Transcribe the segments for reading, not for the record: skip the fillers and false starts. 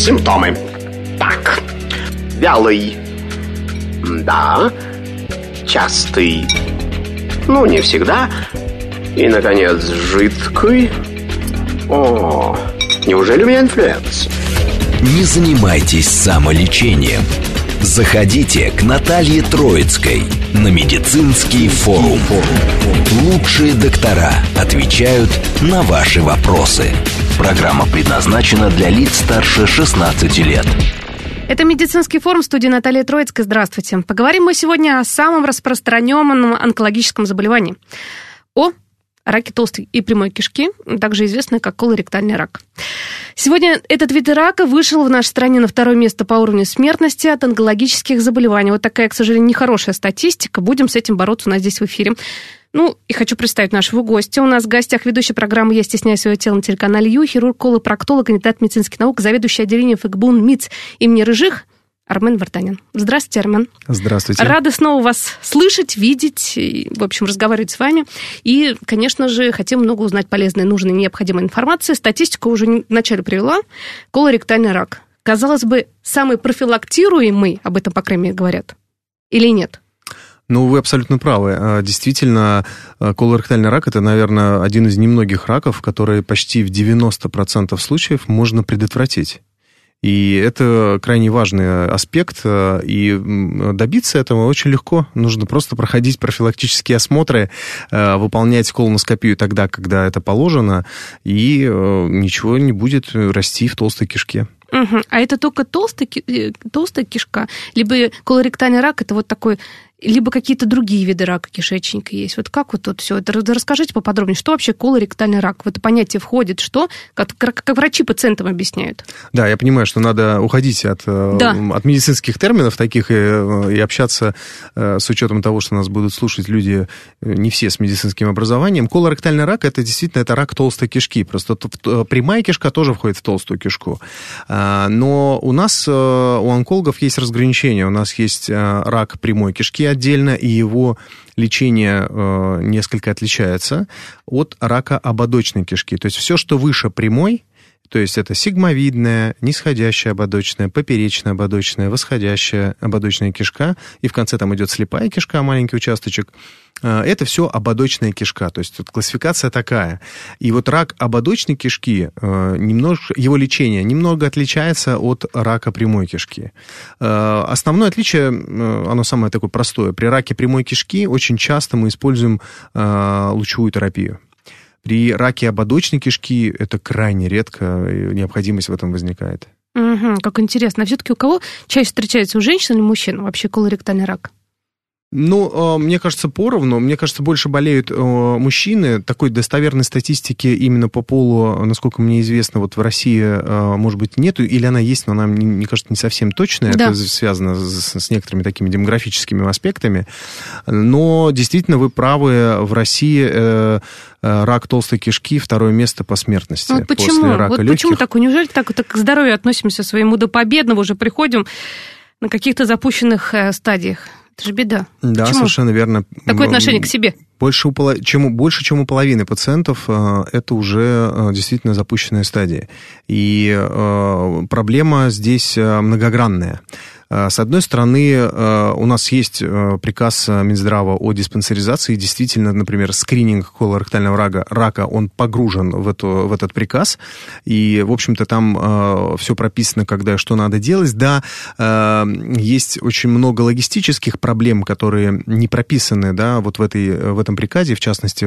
Симптомы. Так. Вялый. Да. Частый. Ну, не всегда. И, наконец, жидкий. О, неужели у меня инфлюенс? Не занимайтесь самолечением. Заходите к Наталье Троицкой на медицинский форум. Лучшие доктора отвечают на ваши вопросы. Программа предназначена для лиц старше 16 лет. Это медицинский форум, в студии Наталья Троицкая. Здравствуйте. Поговорим мы сегодня о самом распространенном онкологическом заболевании. О раке толстой и прямой кишки, также известный как колоректальный рак. Сегодня этот вид рака вышел в нашей стране на второе место по уровню смертности от онкологических заболеваний. Вот такая, к сожалению, нехорошая статистика. Будем с этим бороться у нас здесь в эфире. Ну, и хочу представить нашего гостя. У нас в гостях ведущая программы «Я стесняюсь своего тела» на телеканале Ю, хирург, колопроктолог, кандидат медицинских наук, заведующий отделением ФГБУН МИЦ имени Рыжих Армен Вартанин. Здравствуйте, Армен. Здравствуйте. Рада снова вас слышать, видеть, и, в общем, разговаривать с вами. И, конечно же, хотим много узнать полезной, нужной, необходимой информации. Статистику уже вначале привела. Колоректальный рак. Казалось бы, самый профилактируемый, об этом, по крайней мере, говорят, или нет? Ну, вы абсолютно правы. Действительно, колоректальный рак – это, наверное, один из немногих раков, которые почти в 90% случаев можно предотвратить. И это крайне важный аспект, и добиться этого очень легко. Нужно просто проходить профилактические осмотры, выполнять колоноскопию тогда, когда это положено, и ничего не будет расти в толстой кишке. Угу. А это только толстая кишка, либо колоректальный рак – это вот такой, либо какие-то другие виды рака кишечника есть. Вот как вот тут все это? Расскажите поподробнее, что вообще колоректальный рак? В это понятие входит что? Как врачи пациентам объясняют? Да, я понимаю, что надо уходить от медицинских терминов таких и общаться с учетом того, что нас будут слушать люди не все с медицинским образованием. Колоректальный рак – это действительно рак толстой кишки. Просто прямая кишка тоже входит в толстую кишку. Но у нас, у онкологов, есть разграничение. У нас есть рак прямой кишки отдельно, и его лечение несколько отличается от рака ободочной кишки. То есть все, что выше прямой, то есть это сигмовидная, нисходящая ободочная, поперечная ободочная, восходящая ободочная кишка, и в конце там идет слепая кишка, маленький участочек. Это все ободочная кишка, то есть вот классификация такая. И вот рак ободочной кишки, его лечение немного отличается от рака прямой кишки. Основное отличие, оно самое такое простое. При раке прямой кишки очень часто мы используем лучевую терапию. При раке ободочной кишки это крайне редко, и необходимость в этом возникает. Угу, как интересно. А все-таки у кого чаще встречается, у женщин или мужчин вообще колоректальный рак? Ну, мне кажется, поровну. Мне кажется, больше болеют мужчины. Такой достоверной статистики именно по полу, насколько мне известно, вот в России, может быть, нету, или она есть, но она, мне кажется, не совсем точная. Да. Это связано с некоторыми такими демографическими аспектами. Но действительно, вы правы, в России рак толстой кишки второе место по смертности. Вот почему? После рака легких. Почему так? Неужели так к здоровью относимся своему до победного, уже приходим на каких-то запущенных стадиях? Это же беда. Да, почему? Совершенно верно. Такое отношение к себе. Больше, чем у половины пациентов это уже действительно запущенная стадия. И проблема здесь многогранная. С одной стороны, у нас есть приказ Минздрава о диспансеризации. Действительно, например, скрининг колоректального рака, он погружен в этот приказ. И, в общем-то, там все прописано, когда что надо делать. Да, есть очень много логистических проблем, которые не прописаны, да, вот в этом приказе, в частности,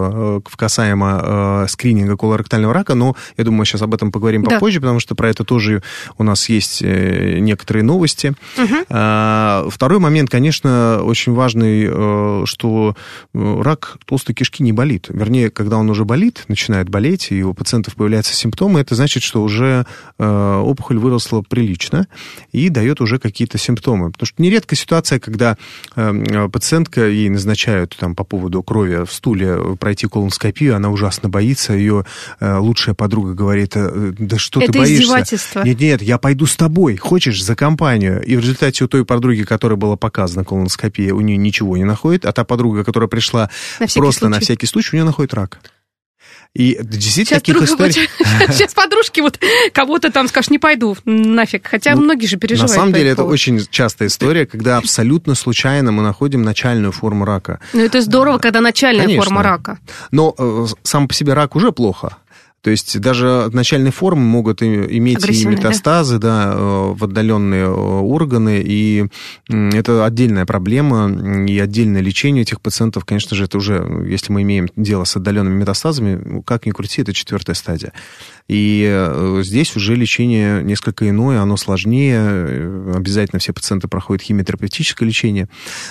касаемо скрининга колоректального рака. Но, я думаю, мы сейчас об этом поговорим попозже, потому что про это тоже у нас есть некоторые новости. Угу. Второй момент, конечно, очень важный, что рак толстой кишки не болит. Вернее, когда он уже болит, начинает болеть, и у пациентов появляются симптомы, это значит, что уже опухоль выросла прилично и дает уже какие-то симптомы. Потому что нередко ситуация, когда пациентка, ей назначают там, по поводу крови в стуле пройти колоноскопию, она ужасно боится, ее лучшая подруга говорит: да что ты боишься? Это издевательство. Нет, я пойду с тобой, хочешь, за компанию? И в результате у той подруги, которой была показана колоноскопия, у нее ничего не находит, а та подруга, которая пришла на всякий случай, у нее находит рак. И действительно таких историй... Сейчас подружки вот кого-то там скажут, не пойду нафиг, хотя многие же переживают. На самом деле это очень частая история, когда абсолютно случайно мы находим начальную форму рака. Ну это здорово, когда начальная форма рака. Но сам по себе рак уже плохо. То есть даже начальные формы могут иметь и метастазы, да, в отдаленные органы, и это отдельная проблема, и отдельное лечение этих пациентов, конечно же, это уже, если мы имеем дело с отдаленными метастазами, как ни крути, это 4-я стадия. И здесь уже лечение несколько иное, оно сложнее, обязательно все пациенты проходят химиотерапевтическое лечение,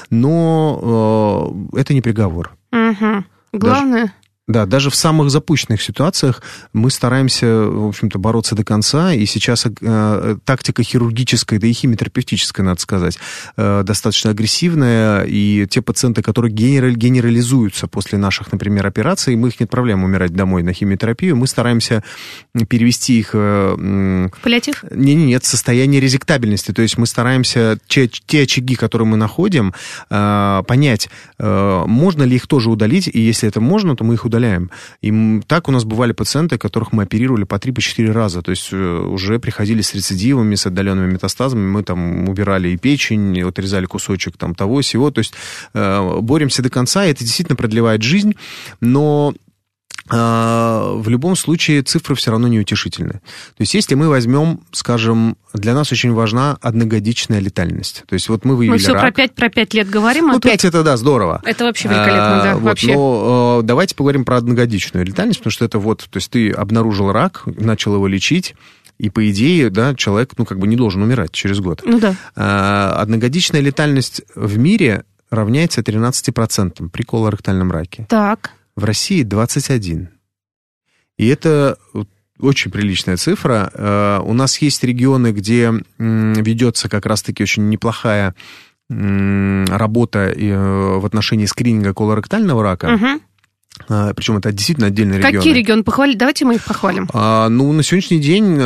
но это не приговор. Угу. Главное... Да, даже в самых запущенных ситуациях мы стараемся, в общем-то, бороться до конца, и сейчас тактика хирургическая, да и химиотерапевтическая, надо сказать, достаточно агрессивная, и те пациенты, которые генерализуются после наших, например, операций, мы их не отправляем умирать домой на химиотерапию, мы стараемся перевести их... Паллиатив? Нет, в состояние резектабельности, то есть мы стараемся те очаги, которые мы находим, понять, можно ли их тоже удалить, и если это можно, то мы их удаляем. И так у нас бывали пациенты, которых мы оперировали по 3-4 раза. То есть уже приходили с рецидивами, с отдаленными метастазами. Мы там убирали и печень, отрезали кусочек там того-сего. То есть боремся до конца, и это действительно продлевает жизнь. Но в любом случае цифры все равно неутешительны. То есть если мы возьмем, скажем, для нас очень важна одногодичная летальность. То есть вот мы выявили рак. Мы все про 5 лет говорим. Ну, 5 это, да, здорово. Это вообще великолепно, да, вообще. Но давайте поговорим про одногодичную летальность, потому что это вот, то есть ты обнаружил рак, начал его лечить, и, по идее, да, человек, не должен умирать через год. Ну да. Одногодичная летальность в мире равняется 13% при колоректальном раке. Так. В России 21. И это очень приличная цифра. У нас есть регионы, где ведется как раз-таки очень неплохая работа в отношении скрининга колоректального рака. Угу. Причем это действительно отдельные регионы. Какие регионы похвалить? Давайте мы их похвалим. На сегодняшний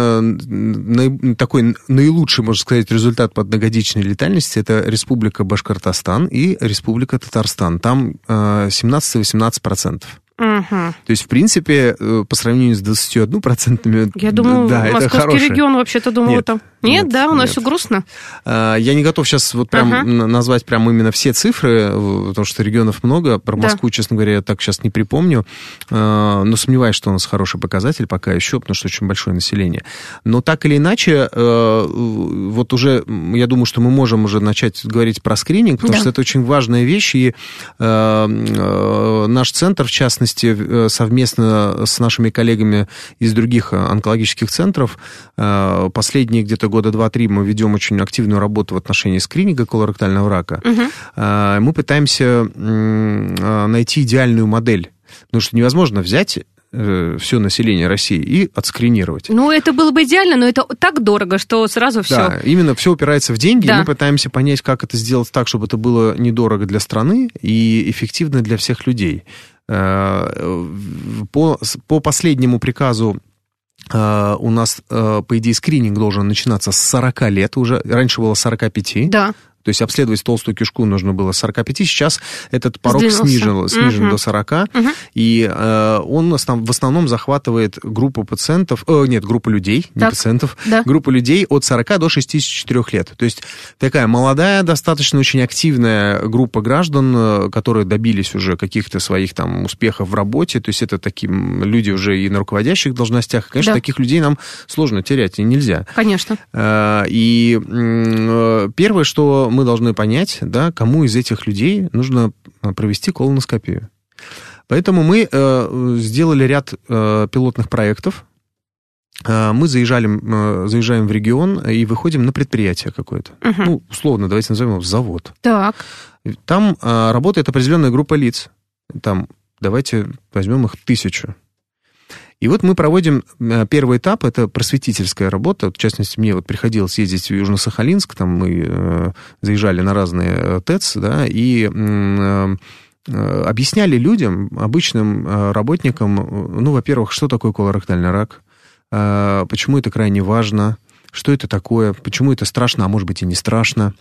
день такой наилучший, можно сказать, результат по одногодичной летальности — это Республика Башкортостан и Республика Татарстан. Там 17-18%. Угу. То есть, в принципе, по сравнению с 21%... Я думаю, да, московский это регион вообще-то думал нет, там. Нет, да, у нас все грустно. Я не готов сейчас вот прям назвать прям именно все цифры, потому что регионов много. Про Москву, честно говоря, я так сейчас не припомню. Но сомневаюсь, что у нас хороший показатель пока еще, потому что очень большое население. Но так или иначе, вот уже, я думаю, что мы можем уже начать говорить про скрининг, потому что это очень важная вещь, и наш центр, в частности, совместно с нашими коллегами из других онкологических центров, последние где-то года 2-3 мы ведем очень активную работу в отношении скрининга колоректального рака. Мы пытаемся найти идеальную модель, потому что невозможно взять все население России и отскринировать. Ну, это было бы идеально, но это так дорого, что сразу все. Да, именно все упирается в деньги, и мы пытаемся понять, как это сделать так, чтобы это было недорого для страны и эффективно для всех людей. По последнему приказу у нас, по идее, скрининг должен начинаться с 40 лет уже. Раньше было 45. Да. То есть обследовать толстую кишку нужно было 45. Сейчас этот порог снижен до 40. И он в основном захватывает группу пациентов... группу людей, не пациентов. Да. Группу людей от 40 до 64 лет. То есть такая молодая, достаточно очень активная группа граждан, которые добились уже каких-то своих там успехов в работе. То есть это такие люди уже и на руководящих должностях. Конечно, таких людей нам сложно терять, и нельзя. Конечно. И первое, что мы должны понять, да, кому из этих людей нужно провести колоноскопию. Поэтому мы сделали ряд пилотных проектов. Мы заезжаем в регион и выходим на предприятие какое-то. Ну, условно, давайте назовем его завод. Так. Там работает определенная группа лиц. Там, давайте возьмем их 1000. И вот мы проводим первый этап, это просветительская работа. В частности, мне вот приходилось ездить в Южно-Сахалинск, там мы заезжали на разные ТЭЦ, да, и объясняли людям, обычным работникам, ну, во-первых, что такое колоректальный рак, почему это крайне важно, что это такое, почему это страшно, а может быть и не страшно.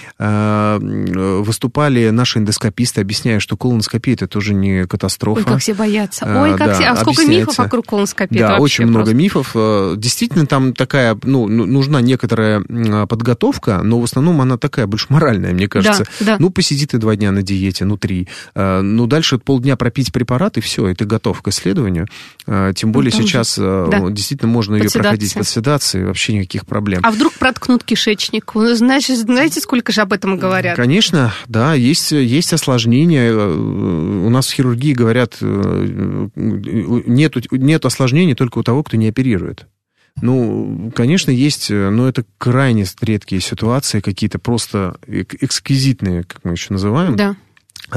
Выступали наши эндоскописты, объясняя, что колоноскопия – это тоже не катастрофа. Ой, как все боятся. Ой, как все... А сколько мифов вокруг колоноскопии? Да, очень много мифов. Действительно, там такая, нужна некоторая подготовка, но в основном она такая больше моральная, мне кажется. Да. Посиди ты 2 дня на диете, 3. Дальше полдня пропить препарат, и все, и ты готов к исследованию. Тем более сейчас действительно можно ее проходить под седацией, вообще никаких проблем. А вдруг проткнут кишечник? Знаете, сколько же об этом говорят? Конечно, да, есть осложнения. У нас в хирургии говорят, нет осложнений только у того, кто не оперирует. Конечно, есть, но это крайне редкие ситуации, какие-то просто эксquisitные, как мы еще называем. Да. И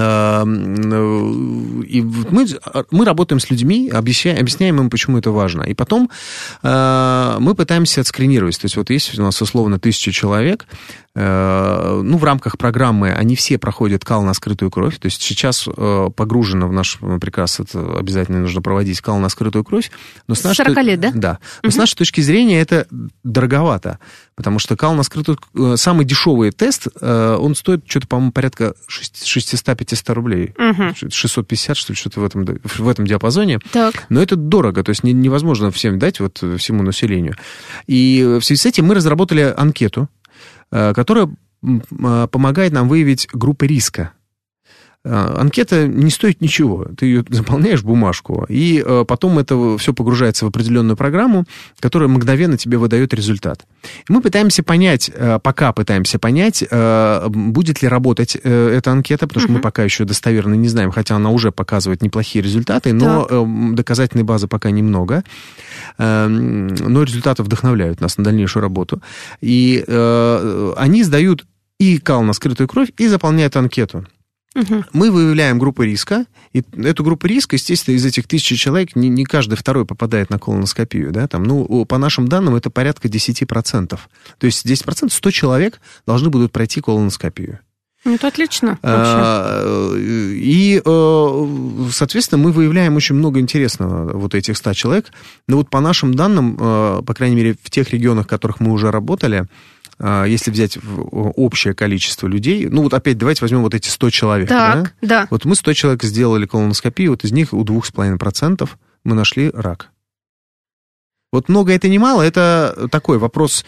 мы работаем с людьми, объясняем им, почему это важно. И потом мы пытаемся отскринировать. То есть вот есть у нас условно 1000 человек, в рамках программы они все проходят кал на скрытую кровь. То есть сейчас погружено в наш приказ, это обязательно нужно проводить кал на скрытую кровь. Но с 40 лет, да? Да. Но с нашей точки зрения это дороговато, потому что кал на скрытую... Самый дешевый тест, он стоит что-то, по-моему, порядка 600-500 рублей. 650, что ли, что-то в этом диапазоне. Так. Но это дорого, то есть невозможно всем дать, всему населению. И в связи с этим мы разработали анкету, которая помогает нам выявить группы риска. Анкета не стоит ничего. Ты ее заполняешь, бумажку, и потом это все погружается в определенную программу, которая мгновенно тебе выдает результат. И мы пока пытаемся понять, будет ли работать эта анкета, потому что мы пока еще достоверно не знаем, хотя она уже показывает неплохие результаты, но доказательной базы пока немного. Но результаты вдохновляют нас на дальнейшую работу. И они сдают и кал на скрытую кровь, и заполняют анкету. Мы выявляем группы риска, и эту группу риска, естественно, из этих 1000 человек не каждый второй попадает на колоноскопию. Да? По нашим данным, это порядка 10%. То есть 10%, 100 человек должны будут пройти колоноскопию. Это отлично вообще. И, соответственно, мы выявляем очень много интересного вот этих 100 человек. Но вот по нашим данным, по крайней мере, в тех регионах, в которых мы уже работали, если взять общее количество людей, опять давайте возьмем вот эти 100 человек. Так, да. Вот мы 100 человек сделали колоноскопию, вот из них у 2,5% мы нашли рак. Вот много это не мало, это такой вопрос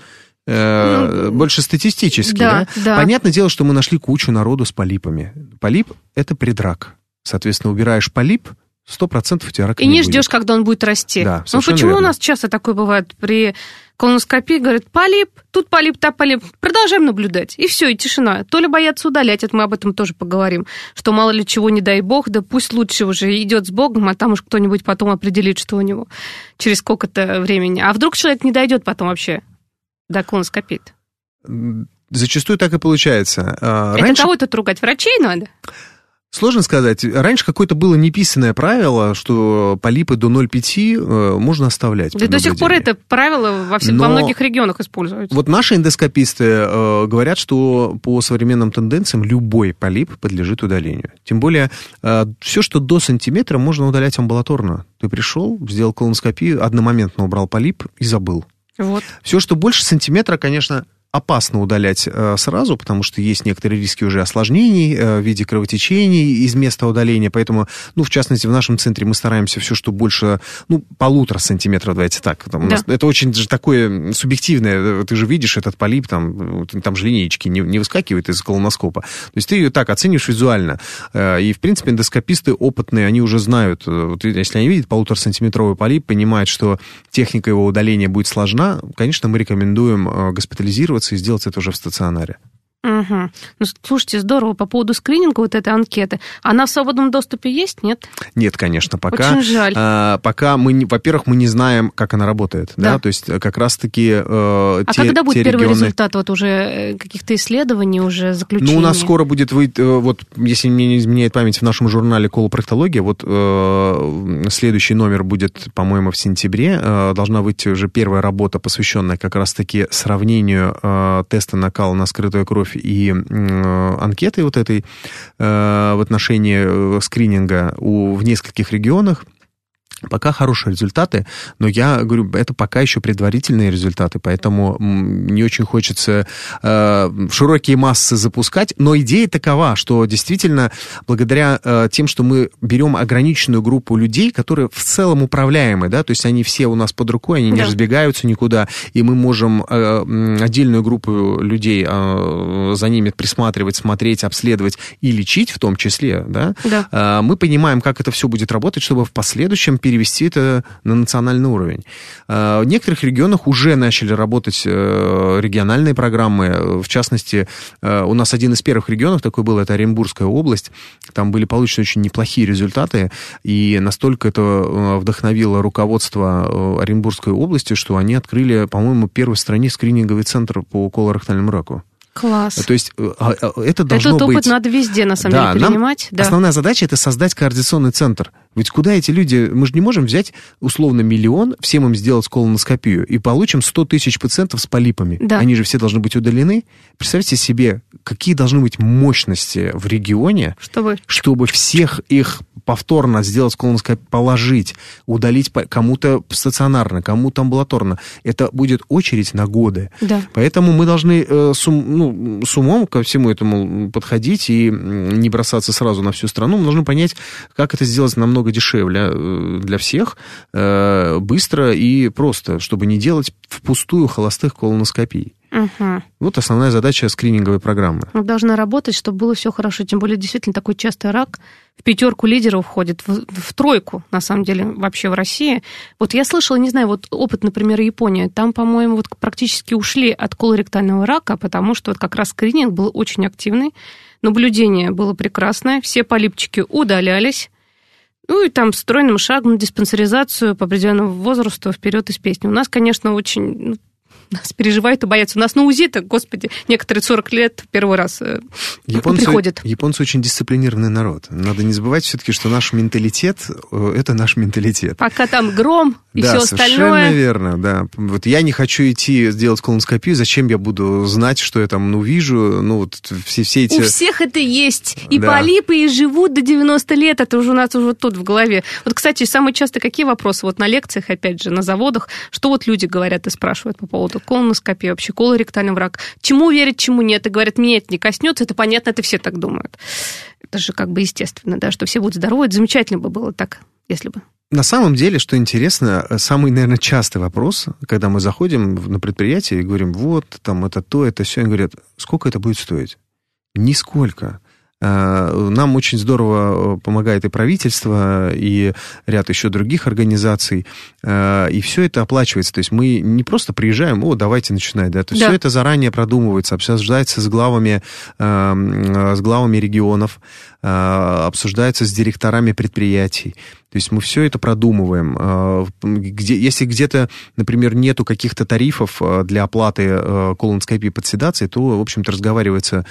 больше статистический. Да. Понятное дело, что мы нашли кучу народу с полипами. Полип – это предрак. Соответственно, убираешь полип, 100% у тебя рака не будет. И не ждешь, когда он будет расти. Да, почему верно. У нас часто такое бывает при колоноскопии? Говорят, полип, тут полип, там полип. Продолжаем наблюдать. И все, и тишина. То ли боятся удалять, это мы об этом тоже поговорим. Что мало ли чего, не дай бог, да пусть лучше уже идет с Богом, а там уж кто-нибудь потом определит, что у него через сколько-то времени. А вдруг человек не дойдет потом вообще до колоноскопии? Зачастую так и получается. Это кого-то ругать? Врачей надо? Сложно сказать. Раньше какое-то было неписанное правило, что полипы до 0,5 можно оставлять. Да до сих пор это правило во многих регионах используется. Вот наши эндоскописты говорят, что по современным тенденциям любой полип подлежит удалению. Тем более, все, что до сантиметра, можно удалять амбулаторно. Ты пришел, сделал колоноскопию, одномоментно убрал полип и забыл. Вот. Все, что больше сантиметра, конечно, опасно удалять сразу, потому что есть некоторые риски уже осложнений в виде кровотечений из места удаления, поэтому, в частности, в нашем центре мы стараемся все, что больше, 1,5 сантиметра, давайте так. Там, да. Это очень же такое субъективное, ты же видишь этот полип, там же линеечки не выскакивают из колоноскопа. То есть ты ее так оцениваешь визуально. И, в принципе, эндоскописты опытные, они уже знают, если они видят 1,5-сантиметровый полип, понимают, что техника его удаления будет сложна, конечно, мы рекомендуем госпитализироваться и сделать это уже в стационаре. Угу. Слушайте, здорово. По поводу скрининга вот этой анкеты. Она в свободном доступе есть, нет? Нет, конечно, пока. Очень жаль. Пока во-первых, мы не знаем, как она работает. Да? То есть как раз-таки когда будет первый результат вот уже каких-то исследований, уже заключений? У нас скоро будет выйти, если мне не изменяет память, в нашем журнале «Колопроктология», следующий номер будет, по-моему, в сентябре. Должна выйти уже первая работа, посвященная как раз-таки сравнению теста на кал на скрытую кровь и анкеты вот этой в отношении скрининга в нескольких регионах. Пока хорошие результаты, но я говорю, это пока еще предварительные результаты, поэтому не очень хочется широкие массы запускать, но идея такова, что действительно благодаря тем, что мы берем ограниченную группу людей, которые в целом управляемы, да, то есть они все у нас под рукой, они не разбегаются никуда, и мы можем отдельную группу людей за ними присматривать, смотреть, обследовать и лечить в том числе, да. Мы понимаем, как это все будет работать, чтобы в последующем перевести это на национальный уровень. В некоторых регионах уже начали работать региональные программы. В частности, у нас один из первых регионов такой был, это Оренбургская область. Там были получены очень неплохие результаты, и настолько это вдохновило руководство Оренбургской области, что они открыли, по-моему, первый в стране скрининговый центр по колоректальному раку. Класс. То есть это должно быть... Этот опыт надо везде, на самом деле, принимать. Основная задача — это создать координационный центр. Ведь куда эти люди... Мы же не можем взять, условно, 1 миллион, всем им сделать колоноскопию, и получим 100 тысяч пациентов с полипами. Да. Они же все должны быть удалены. Представьте себе, какие должны быть мощности в регионе, чтобы всех их повторно сделать колоноскопию, положить, удалить кому-то стационарно, кому-то амбулаторно. Это будет очередь на годы. Да. Поэтому мы должны с умом ко всему этому подходить и не бросаться сразу на всю страну. Мы должны понять, как это сделать намного дешевле для всех, быстро и просто, чтобы не делать впустую холостых колоноскопий. Угу. Вот основная задача скрининговой программы. Должна работать, чтобы было все хорошо. Тем более, действительно, такой частый рак в 5 лидеров входит, в 3, на самом деле, вообще в России. Вот я слышала, не знаю, вот опыт, например, Японии. Там, по-моему, вот практически ушли от колоректального рака, потому что вот как раз скрининг был очень активный, наблюдение было прекрасное, все полипчики удалялись. Ну и там стройным шагом диспансеризацию по определенному возрасту вперед из песни. У нас, конечно, очень... Нас переживают и боятся. У нас на УЗИ-то, господи, некоторые 40 лет первый раз приходят. Японцы очень дисциплинированный народ. Надо не забывать все-таки, что наш менталитет – это наш менталитет. Пока там гром и все остальное. Да, совершенно верно, да. Вот я не хочу идти сделать колоноскопию, зачем я буду знать, что я там вижу, вот все эти... У всех это есть. И полипы, и живут до 90 лет. Это уже у нас уже тут в голове. Вот, кстати, самые часто какие вопросы? Вот на лекциях, опять же, на заводах, что вот люди говорят и спрашивают по поводу колоноскопии, вообще колоректальный рак. Чему верить, чему нет. И говорят, меня это не коснется, это понятно, это все так думают. Это же как бы естественно, да, что все будут здоровы. Это замечательно бы было так, если бы. На самом деле, что интересно, самый, наверное, частый вопрос, когда мы заходим на предприятие и говорим, вот, там, это то, это все, они говорят, сколько это будет стоить? Нисколько. Нам очень здорово помогает и правительство, и ряд еще других организаций, и все это оплачивается. То есть мы не просто приезжаем, давайте начинать, да, то все это заранее продумывается, обсуждается с главами регионов, обсуждается с директорами предприятий. То есть мы все это продумываем. Если где-то, например, нету каких-то тарифов для оплаты колоноскопии под седацией, то, в общем-то, разговаривается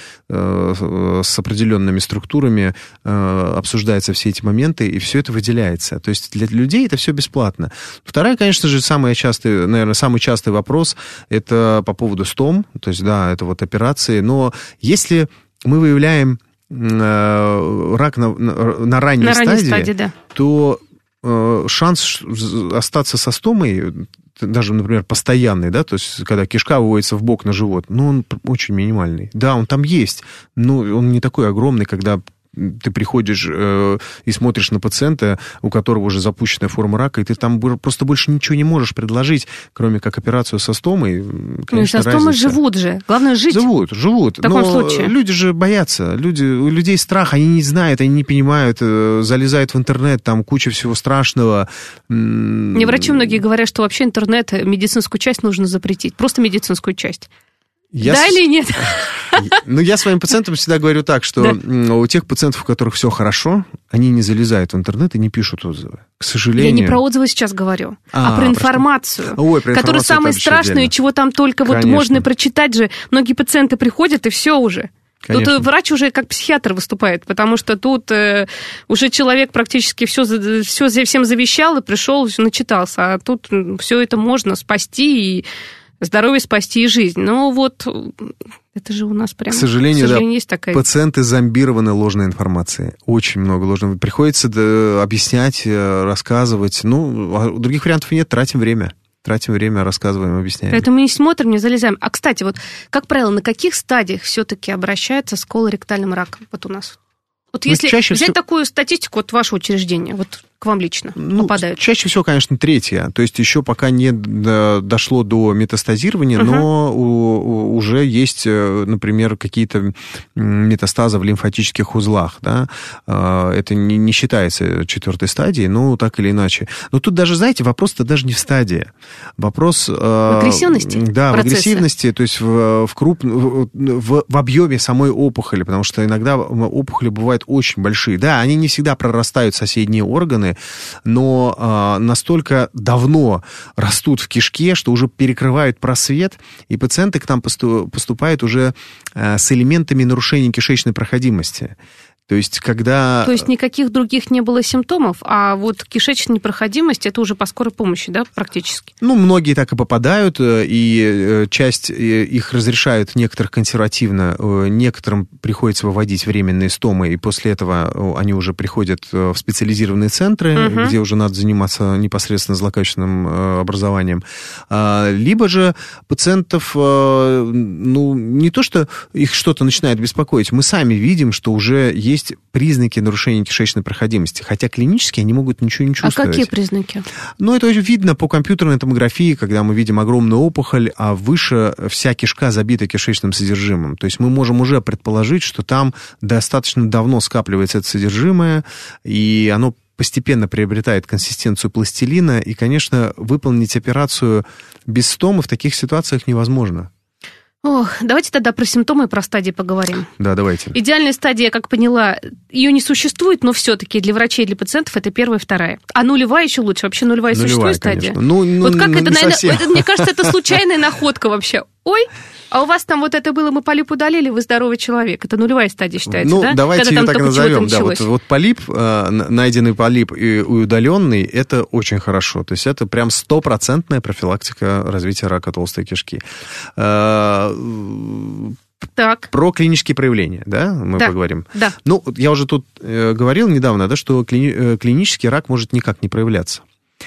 с определенными структурами, обсуждаются все эти моменты, и все это выделяется. То есть для людей это все бесплатно. Вторая, конечно же, самый частый вопрос, это по поводу СТОМ, то есть, да, это вот операции. Но если мы выявляем рак на ранней стадии, да, то шанс остаться со стомой, даже, например, постоянный, да, то есть когда кишка выводится в бок на живот, он очень минимальный. Да, он там есть, но он не такой огромный, когда ты приходишь и смотришь на пациента, у которого уже запущенная форма рака, и ты там просто больше ничего не можешь предложить, кроме как операцию со стомой. Конечно, со стомой живут же. Главное жить. Живут. В таком случае. Люди же боятся. У людей страх, они не знают, они не понимают, залезают в интернет, там куча всего страшного. Мне врачи многие говорят, что вообще интернет, медицинскую часть нужно запретить. Просто медицинскую часть. Да или нет? Я своим пациентам всегда говорю так, что у тех пациентов, у которых все хорошо, они не залезают в интернет и не пишут отзывы. К сожалению. Я не про отзывы сейчас говорю, а про информацию, которая самая страшная, чего там только вот можно можно же. Многие пациенты приходят, и все уже. Конечно. Тут врач уже как психиатр выступает, потому что тут уже человек практически все всем завещал и пришел, все начитался, а тут все это можно спасти и здоровье спасти и жизнь. Но вот Это же у нас прямо, к сожалению, да, есть такая... пациенты зомбированы ложной информацией. Очень много ложной. Приходится объяснять, рассказывать. Других вариантов нет, тратим время, рассказываем, объясняем. Поэтому мы не смотрим, не залезаем. А, кстати, вот, как правило, на каких стадиях все-таки обращаются с колоректальным раком вот у нас? Вот если взять такую статистику, вот ваше учреждение, вот к вам лично попадает. Чаще всего, конечно, третья. То есть еще пока не дошло до метастазирования, но уже есть, например, какие-то метастазы в лимфатических узлах. Да? Это не считается четвертой стадией, но так или иначе. Но тут даже, знаете, вопрос-то даже не в стадии. Вопрос... В агрессивности? Да, процесса. В агрессивности, то есть в объеме самой опухоли, потому что иногда опухоли бывают очень большие. Да, они не всегда прорастают соседние органы, но настолько давно растут в кишке, что уже перекрывают просвет, и пациенты к нам поступают уже с элементами нарушения кишечной проходимости. То есть, когда... То есть никаких других не было симптомов, а вот кишечная непроходимость, это уже по скорой помощи, да, практически? Многие так и попадают, и часть их разрешают, некоторых консервативно, некоторым приходится выводить временные стомы, и после этого они уже приходят в специализированные центры, где уже надо заниматься непосредственно злокачественным образованием. Либо же пациентов, не то, что их что-то начинает беспокоить, мы сами видим, что уже есть признаки нарушения кишечной проходимости, хотя клинически они могут ничего не чувствовать. А какие признаки? Это видно по компьютерной томографии, когда мы видим огромную опухоль, а выше вся кишка забита кишечным содержимым. То есть мы можем уже предположить, что там достаточно давно скапливается это содержимое, и оно постепенно приобретает консистенцию пластилина, и, конечно, выполнить операцию без стомы в таких ситуациях невозможно. Давайте тогда про симптомы и про стадии поговорим. Да, давайте. Идеальная стадия, я как поняла, ее не существует, но все-таки для врачей и для пациентов это первая и вторая. А нулевая еще лучше. Вообще нулевая существует стадия? Вот как это, наверное, мне кажется, это случайная находка вообще. Ой, а у вас там вот это было, мы полип удалили, вы здоровый человек. Это нулевая стадия считается, да? Давайте ее так назовем. Да, вот полип, найденный полип и удаленный, это очень хорошо. То есть это прям 100% профилактика развития рака толстой кишки. Так. Про клинические проявления, да, мы поговорим? Да. Я уже тут говорил недавно, да, что клинический рак может никак не проявляться.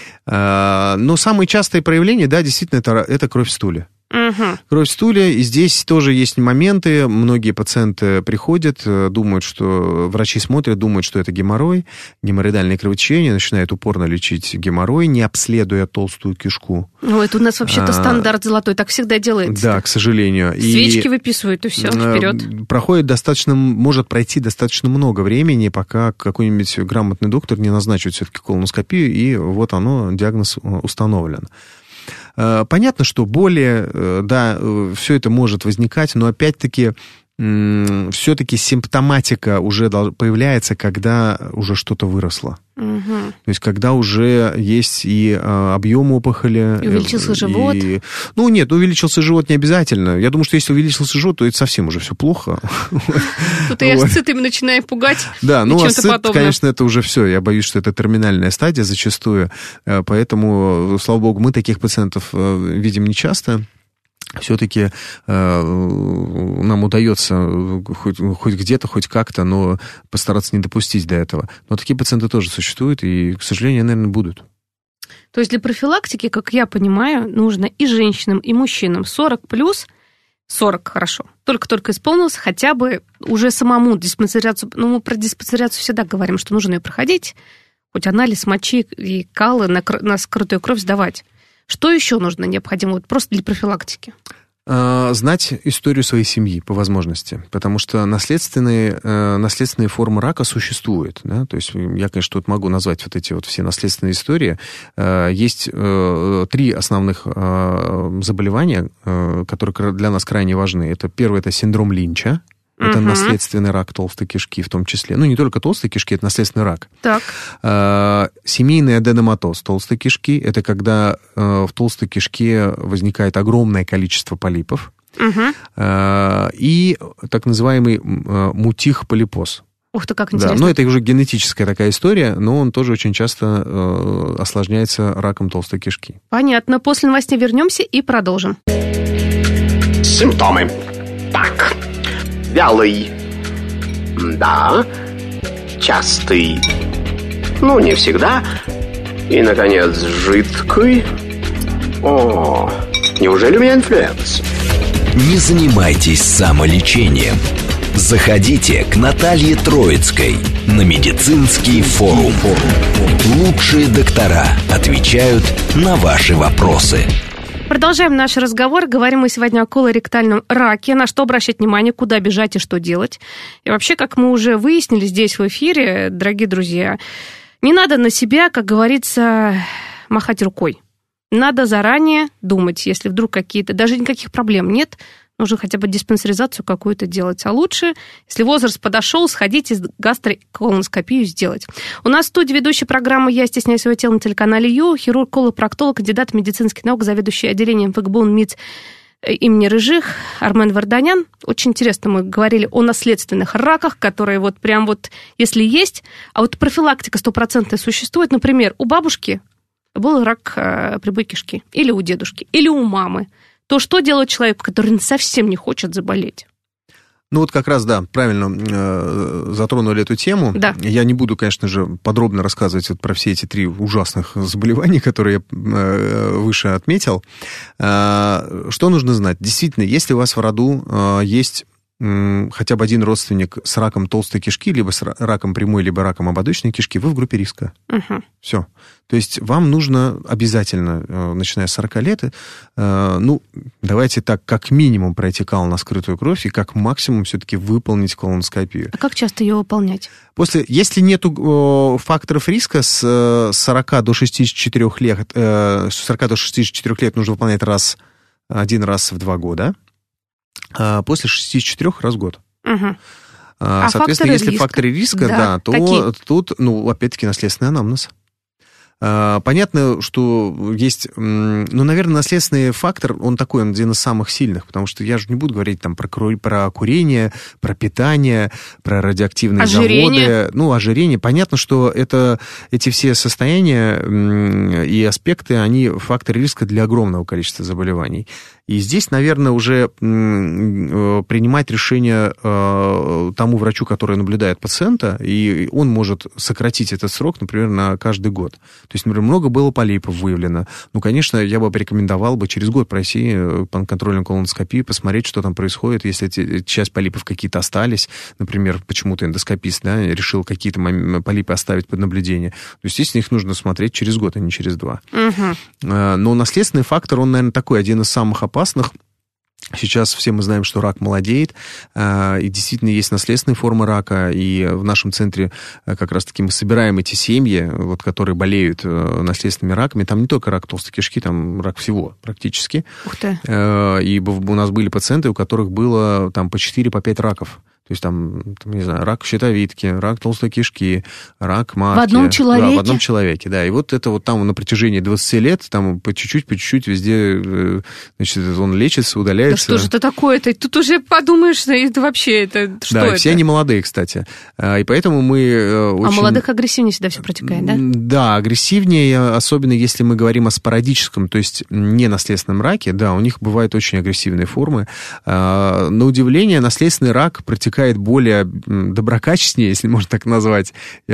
Но самые частые проявления, да, действительно, это кровь в стуле. Кровь в стуле, и здесь тоже есть моменты, многие пациенты приходят, думают, что врачи смотрят, думают, что это геморрой, геморроидальное кровотечение, начинают упорно лечить геморрой, не обследуя толстую кишку. Это у нас вообще-то стандарт золотой, так всегда делается. Да, к сожалению. Свечки выписывают, и все, вперед. Может пройти достаточно много времени, пока какой-нибудь грамотный доктор не назначит все-таки колоноскопию, и вот диагноз установлен. Понятно, что боли, да, все это может возникать, но опять-таки все-таки симптоматика уже появляется, когда уже что-то выросло. То есть, когда уже есть и объем опухоли. И увеличился живот? Нет, увеличился живот не обязательно. Я думаю, что если увеличился живот, то это совсем уже все плохо. Тут и асцитами начинаем пугать. Да, асцит, конечно, это уже все. Я боюсь, что это терминальная стадия зачастую. Поэтому, слава богу, мы таких пациентов видим нечасто. Все-таки нам удается хоть где-то, хоть как-то, но постараться не допустить до этого. Но такие пациенты тоже существуют и, к сожалению, наверное, будут. То есть для профилактики, как я понимаю, нужно и женщинам, и мужчинам 40+, 40 хорошо, только-только исполнился, хотя бы уже самому диспансеризацию, мы про диспансеризацию всегда говорим, что нужно ее проходить, хоть анализ мочи и калы на скрытую кровь сдавать. Что еще нужно, необходимо просто для профилактики? Знать историю своей семьи по возможности, потому что наследственные формы рака существуют. Да? То есть я, конечно, тут могу назвать вот эти вот все наследственные истории. Есть 3 основных заболевания, которые для нас крайне важны. Это первое, это синдром Линча. Это наследственный рак толстой кишки в том числе. Не только толстой кишки, это наследственный рак. Так. Семейный аденоматоз толстой кишки. Это когда в толстой кишке возникает огромное количество полипов. И так называемый мутих-полипоз. Ух ты, как интересно. Да, это уже генетическая такая история, но он тоже очень часто осложняется раком толстой кишки. Понятно. После новостей вернемся и продолжим. Симптомы. Так, вялый. Да. Частый. Ну, не всегда. И, наконец, жидкий. О, неужели у меня инфлюенс? Не занимайтесь самолечением. Заходите к Наталье Троицкой на медицинский форум. Лучшие доктора отвечают на ваши вопросы. Продолжаем наш разговор. Говорим мы сегодня о колоректальном раке. На что обращать внимание, куда бежать и что делать. И вообще, как мы уже выяснили здесь в эфире, дорогие друзья, не надо на себя, как говорится, махать рукой. Надо заранее думать, если вдруг какие-то, даже никаких проблем нет, нужно хотя бы диспансеризацию какую-то делать. А лучше, если возраст подошел, сходить и гастроколоноскопию сделать. У нас в студии ведущая программы «Я стесняюсь своего тела» на телеканале Ю, хирург, колопроктолог, кандидат медицинских наук, заведующий отделением ФГБУН МИД имени Рыжих Армен Варданян. Очень интересно, мы говорили о наследственных раках, которые вот прям вот, если есть, а вот профилактика 100% существует. Например, у бабушки был рак прямой кишки, или у дедушки, или у мамы. То что делать человеку, который совсем не хочет заболеть? Ну вот как раз, да, правильно затронули эту тему. Да. Я не буду, конечно же, подробно рассказывать вот про все эти 3 ужасных заболевания, которые я выше отметил. Что нужно знать? Действительно, если у вас в роду есть хотя бы один родственник с раком толстой кишки, либо с раком прямой, либо раком ободочной кишки, вы в группе риска. Угу. Все. То есть вам нужно обязательно, начиная с 40 лет, давайте так, как минимум пройти кал на скрытую кровь и как максимум все-таки выполнить колоноскопию. А как часто ее выполнять? Если нет факторов риска, с 40 до 64 лет нужно выполнять один раз в 2 года. После 64 раз в год. Угу. Соответственно, если факторы риска, да, то какие? тут, опять-таки, наследственный анамнез. Понятно, что есть, наверное, наследственный фактор, он один из самых сильных, потому что я же не буду говорить там про курение, про питание, про радиоактивные заводы. Ожирение. Понятно, что эти все состояния и аспекты, они факторы риска для огромного количества заболеваний. И здесь, наверное, уже принимать решение тому врачу, который наблюдает пациента, и он может сократить этот срок, например, на каждый год. То есть, например, много было полипов выявлено. Конечно, я бы порекомендовал через год пройти по контрольной колоноскопии, посмотреть, что там происходит, если часть полипов какие-то остались. Например, почему-то эндоскопист решил какие-то полипы оставить под наблюдение. То есть, естественно, их нужно смотреть через год, а не через 2. Угу. Но наследственный фактор, он, наверное, такой, один из самых опасных. Сейчас все мы знаем, что рак молодеет, и действительно есть наследственные формы рака, и в нашем центре как раз-таки мы собираем эти семьи, которые болеют наследственными раками. Там не только рак толстой кишки, там рак всего практически. Ух ты. И у нас были пациенты, у которых было там по 4-5 раков. То есть не знаю, рак щитовидки, рак толстой кишки, рак матки. В одном человеке? Да, в одном человеке, да. И это там на протяжении 20 лет, там по чуть-чуть везде, он лечится, удаляется. Да что же это такое-то? Тут уже подумаешь, это вообще, что да, это? все они молодые, кстати. И поэтому мы очень... А молодых агрессивнее всегда все протекает, да? Да, агрессивнее, особенно если мы говорим о спорадическом, то есть не наследственном раке, да, у них бывают очень агрессивные формы. На удивление, наследственный рак протекает более доброкачественнее, если можно так назвать.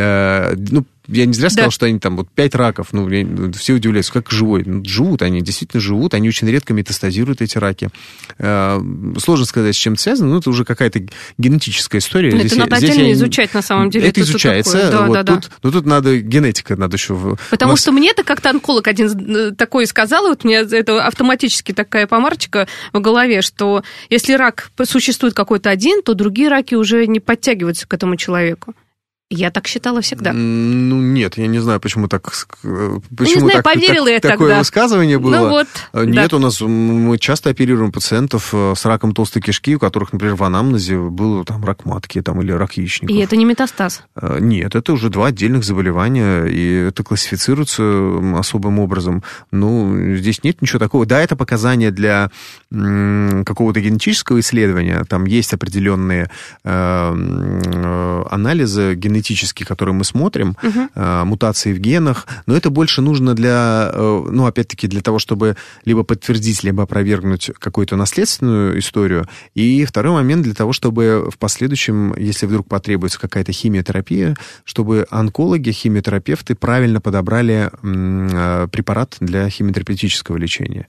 Я не зря сказал, что они там 5 раков, все удивляются, как живой. Живут, они действительно живут, они очень редко метастазируют, эти раки. Сложно сказать, с чем это связано, но это уже какая-то генетическая история. Это надо отдельно изучать, на самом деле. Это изучается. Тут надо генетика, надо еще... Потому что мне-то как-то онколог один такой сказал, у меня это автоматически такая помарочка в голове, что если рак существует какой-то один, то другие раки уже не подтягиваются к этому человеку. Я так считала всегда. Нет, я не знаю, почему так... поверила я такое тогда. Высказывание было. Нет, да. у нас мы часто оперируем пациентов с раком толстой кишки, у которых, например, в анамнезе был рак матки или рак яичников. И это не метастаз? Нет, это уже 2 отдельных заболевания, и это классифицируется особым образом. Здесь нет ничего такого. Да, это показания для какого-то генетического исследования. Там есть определенные анализы генетические, генетический, который мы смотрим, мутации в генах, но это больше нужно для, ну, опять-таки, для того, чтобы либо подтвердить, либо опровергнуть какую-то наследственную историю. И второй момент для того, чтобы в последующем, если вдруг потребуется какая-то химиотерапия, чтобы онкологи, химиотерапевты правильно подобрали препарат для химиотерапевтического лечения.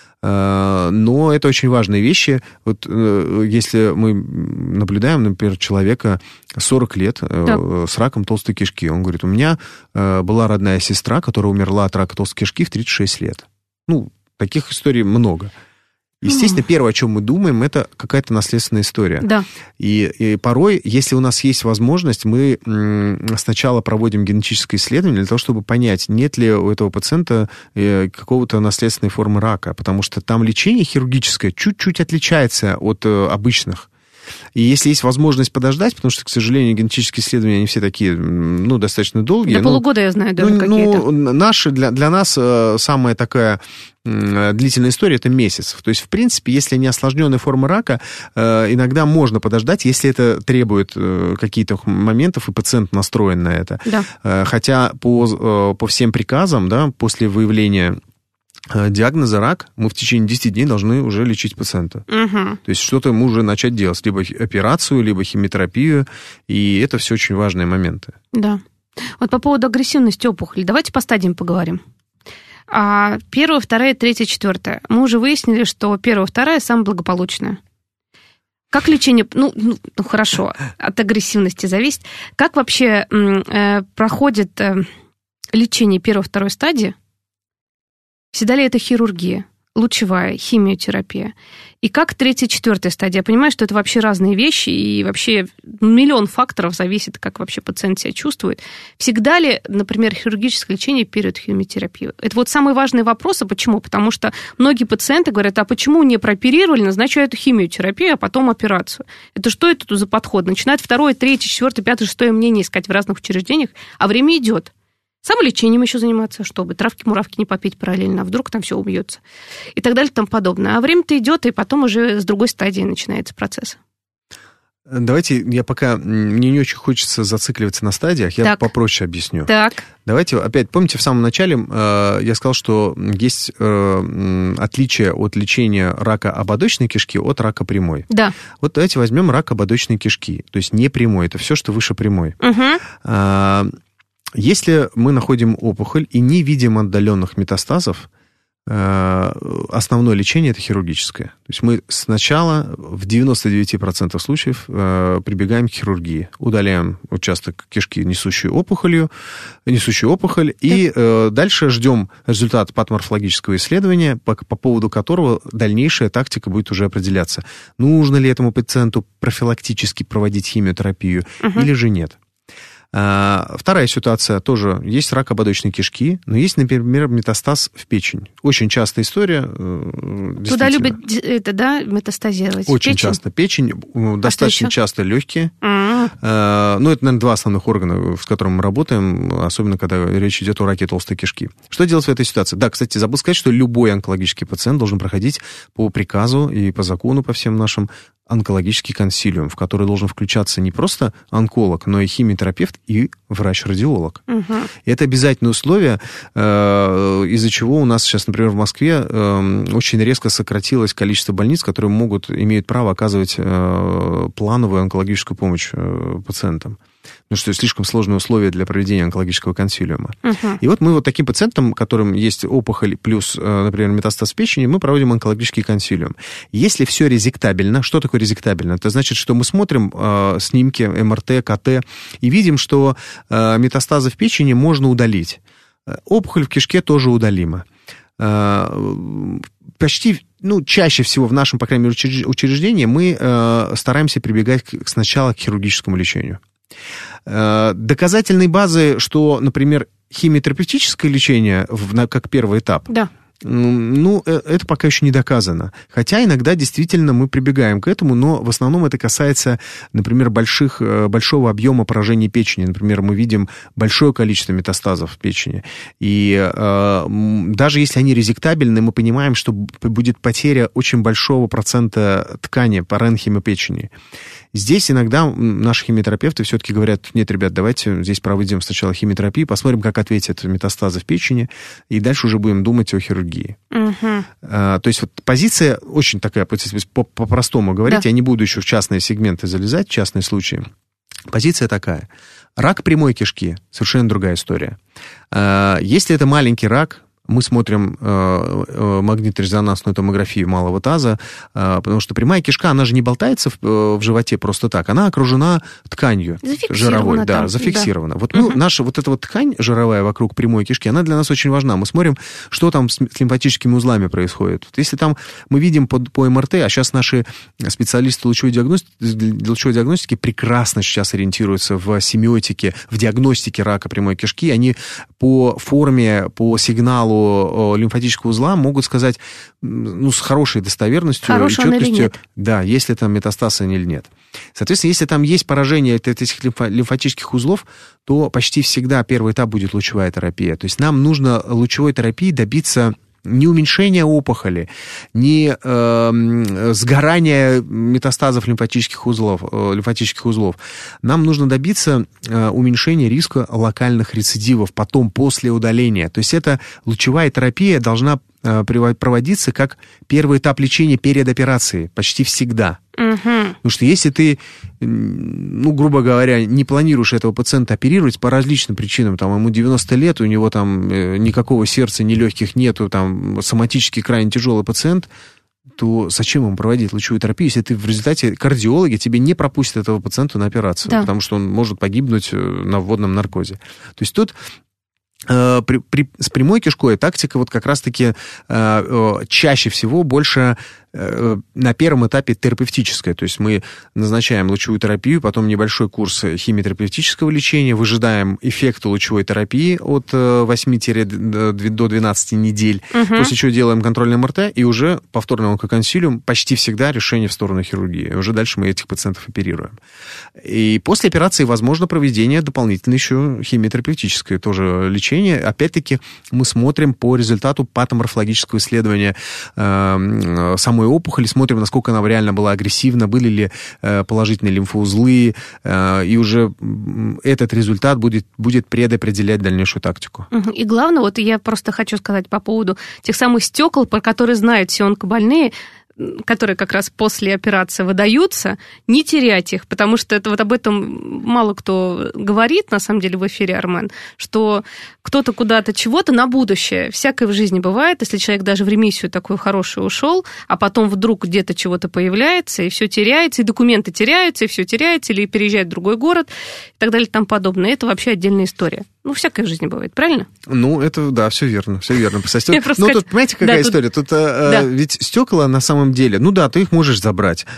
Но это очень важные вещи. Вот если мы наблюдаем, например, человека 40 лет с раком толстой кишки, он говорит, у меня была родная сестра, которая умерла от рака толстой кишки в 36 лет. Ну, таких историй много. Естественно, первое, о чем мы думаем, это какая-то наследственная история. Да. И порой, если у нас есть возможность, мы сначала проводим генетическое исследование для того, чтобы понять, нет ли у этого пациента какого-то наследственной формы рака, потому что там лечение хирургическое чуть-чуть отличается от обычных. И если есть возможность подождать, потому что, к сожалению, генетические исследования, они все такие, ну, достаточно долгие. До полугода, я знаю, даже какие-то. Наши, для нас самая такая длительная история – это месяц. То есть, в принципе, если не осложненная форма рака, иногда можно подождать, если это требует каких-то моментов, и пациент настроен на это. Да. Хотя по всем приказам, да, после выявления диагноза рак, мы в течение 10 дней должны уже лечить пациента. То есть что-то ему уже начать делать. Либо операцию, либо химиотерапию. И это все очень важные моменты. Да. Вот по поводу агрессивности опухоли. Давайте по стадиям поговорим. 1, 2, 3, 4. Мы уже выяснили, что 1, 2 самая благополучная. Как лечение... Ну, хорошо, от агрессивности зависит. Как вообще проходит лечение 1, 2 стадии? Всегда ли это хирургия, лучевая, химиотерапия? И как 3, 4 стадия? Я понимаю, что это вообще разные вещи, и вообще миллион факторов зависит, как вообще пациент себя чувствует. Всегда ли, например, хирургическое лечение перед химиотерапией? Это вот самый важный вопрос. А почему? Потому что многие пациенты говорят, а почему не прооперировали, назначают химиотерапию, а потом операцию? Это что это за подход? Начинают 2, 3, 4, 5, 6 мнение искать в разных учреждениях, а время идет. Самолечением еще заниматься, чтобы травки-муравки не попить параллельно, а вдруг там все убьется. И так далее и тому подобное. А время-то идет, и потом уже с другой стадии начинается процесс. Давайте, мне не очень хочется зацикливаться на стадиях, я попроще объясню. Так. Давайте, опять, помните, в самом начале я сказал, что есть отличие от лечения рака ободочной кишки от рака прямой. Да. Вот давайте возьмем рак ободочной кишки, то есть не прямой, это все, что выше прямой. Угу. Если мы находим опухоль и не видим отдаленных метастазов, основное лечение – это хирургическое. То есть мы сначала в 99% случаев прибегаем к хирургии. Удаляем участок кишки, несущую опухоль, и дальше ждем результат патоморфологического исследования, по поводу которого дальнейшая тактика будет уже определяться. Нужно ли этому пациенту профилактически проводить химиотерапию или же нет. Вторая ситуация тоже. Есть рак ободочной кишки, но есть, например, метастаз в печень. Очень частая история. Туда любят метастазировать. Очень часто печень, достаточно часто легкие. Ну, это, наверное, 2 основных органа, с которыми мы работаем, особенно когда речь идет о раке толстой кишки. Что делать в этой ситуации? Да, кстати, забыл сказать, что любой онкологический пациент должен проходить по приказу и по закону, по всем нашим, онкологический консилиум, в который должен включаться не просто онколог, но и химиотерапевт и врач-радиолог. Угу. И это обязательное условие, из-за чего у нас сейчас, например, в Москве очень резко сократилось количество больниц, которые имеют право оказывать плановую онкологическую помощь пациентам. Потому что слишком сложные условия для проведения онкологического консилиума. И вот мы таким пациентам, которым есть опухоль плюс, например, метастаз в печени, мы проводим онкологический консилиум. Если все резектабельно, что такое резектабельно? Это значит, что мы смотрим снимки МРТ, КТ и видим, что метастазы в печени можно удалить. Опухоль в кишке тоже удалима. Чаще всего в нашем, по крайней мере, учреждении мы стараемся прибегать сначала к хирургическому лечению. Доказательной базы, что, например, химиотерапевтическое лечение как первый этап, Ну, это пока еще не доказано. Хотя иногда действительно мы прибегаем к этому, но в основном это касается, например, большого объема поражений печени. Например, мы видим большое количество метастазов в печени. И даже если они резектабельны, мы понимаем, что будет потеря очень большого процента ткани паренхимы печени. Здесь иногда наши химиотерапевты все-таки говорят: нет, ребят, давайте здесь проведем сначала химиотерапию, посмотрим, как ответят метастазы в печени, и дальше уже будем думать о хирургии. То есть вот позиция очень такая, по-простому говорить, да. Я не буду еще в частные сегменты залезать, в частные случаи. Позиция такая. Рак прямой кишки — совершенно другая история. Если это маленький рак, мы смотрим магниторезонансную томографию малого таза, потому что прямая кишка, она же не болтается в животе просто так, она окружена тканью жировой, да, зафиксирована. Да. Вот наша вот эта вот ткань жировая вокруг прямой кишки, она для нас очень важна. Мы смотрим, что там с лимфатическими узлами происходит. Вот если там мы видим по МРТ, а сейчас наши специалисты лучевой диагностики прекрасно сейчас ориентируются в семиотике, в диагностике рака прямой кишки, они по форме, по сигналу лимфатического узла могут сказать, ну, с хорошей достоверностью и четкостью, да, есть ли там метастаз или нет. Соответственно, если там есть поражение этих лимфатических узлов, то почти всегда первый этап будет лучевая терапия. То есть нам нужно лучевой терапии добиться не уменьшения опухоли, не сгорания метастазов лимфатических узлов. Нам нужно добиться уменьшения риска локальных рецидивов потом, после удаления. То есть эта лучевая терапия должна проводиться как первый этап лечения перед операцией, почти всегда. Потому что если ты, ну, грубо говоря, не планируешь этого пациента оперировать по различным причинам, там, ему 90 лет, у него там никакого сердца, ни легких нету, там, соматически крайне тяжелый пациент, то зачем ему проводить лучевую терапию, если ты в результате кардиологи тебе не пропустят этого пациента на операцию, да. Потому что он может погибнуть на вводном наркозе. То есть тут с прямой кишкой тактика вот как раз-таки чаще всего больше на первом этапе терапевтическая. То есть мы назначаем лучевую терапию, потом небольшой курс химиотерапевтического лечения, выжидаем эффекта лучевой терапии от 8 до 12 недель, после чего делаем контрольный МРТ, и уже повторный онкоконсилиум, почти всегда решение в сторону хирургии. Уже дальше мы этих пациентов оперируем. И после операции возможно проведение дополнительно еще химиотерапевтическое тоже лечение. Опять-таки мы смотрим по результату патоморфологического исследования самой опухоли, смотрим, насколько она реально была агрессивна, были ли положительные лимфоузлы, и уже этот результат будет предопределять дальнейшую тактику. И главное, вот я просто хочу сказать по поводу тех самых стекол, про которые знают все онкобольные, которые как раз после операции выдаются, не терять их, потому что это вот об этом мало кто говорит, на самом деле, в эфире, Армен, что кто-то куда-то чего-то на будущее. Всякое в жизни бывает, если человек даже в ремиссию такой хороший ушел, а потом вдруг где-то чего-то появляется, и все теряется, и документы теряются, и все теряется, или переезжает в другой город, и так далее, и тому подобное. Это вообще отдельная история. Ну, всякое в жизни бывает, правильно? Ну, это, да, все верно. Ну, тут, понимаете, какая история? Тут ведь стекла, на самом деле, ну да, ты их можешь забрать,